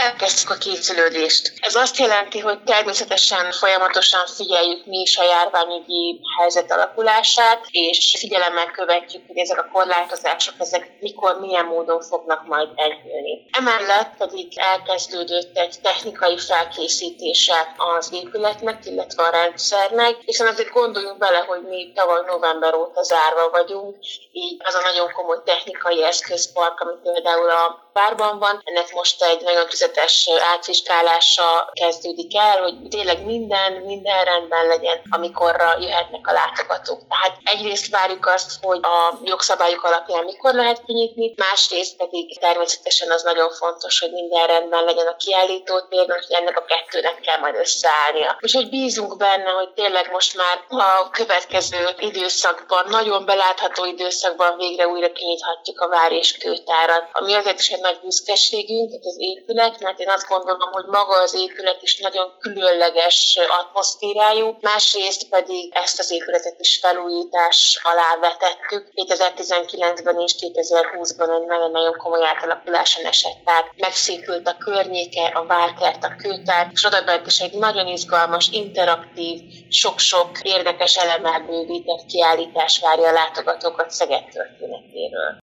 elkezdtük a készülődést. Ez azt jelenti, hogy természetesen folyamatosan figyeljük mi is a járványügyi helyzet alakulását, és figyelemmel követjük, hogy ezek a korlátozások, ezek mikor, milyen módon fognak majd enyhülni. Emellett pedig elkezdődött egy technikai felkészítése az épületnek, illetve a rendszernek, hiszen azért gondoljunk bele, hogy mi tavaly november óta zárva vagyunk, így az a nagyon komoly technikai eszközpark, ami például a várban van, ennek most egy nagyon tüzetes átvizsgálása kezdődik el, hogy tényleg minden rendben legyen, amikorra jöhetnek a látogatók. Tehát egyrészt várjuk azt, hogy a jogszabályok alapján mikor lehet kinyitni, másrészt pedig természetesen az nagyon fontos, hogy minden rendben legyen a kiállítótérben, hogy ennek a kettőnek kell majd összeállnia. Úgyhogy bízunk benne, hogy tényleg most már a következő időszakban, nagyon belátható időszakban végre újra kinyithatjuk a vár és kőtárat, ami azért is egy nagy büszkeségünk, az épület, mert én azt gondolom, hogy maga az épület is nagyon különleges atmoszférájú, másrészt pedig ezt az épületet is felújítás alá vetettük. 2019-ben és 2020-ban egy nagyon-nagyon komoly átalakuláson esett át. Megszépült a környéke, a várkert, a kőtár, és odabent is egy nagyon izgalmas, interaktív, sok-sok érdekes elemmel bővített kiállítás várja a látogatókat Szeged történetéről.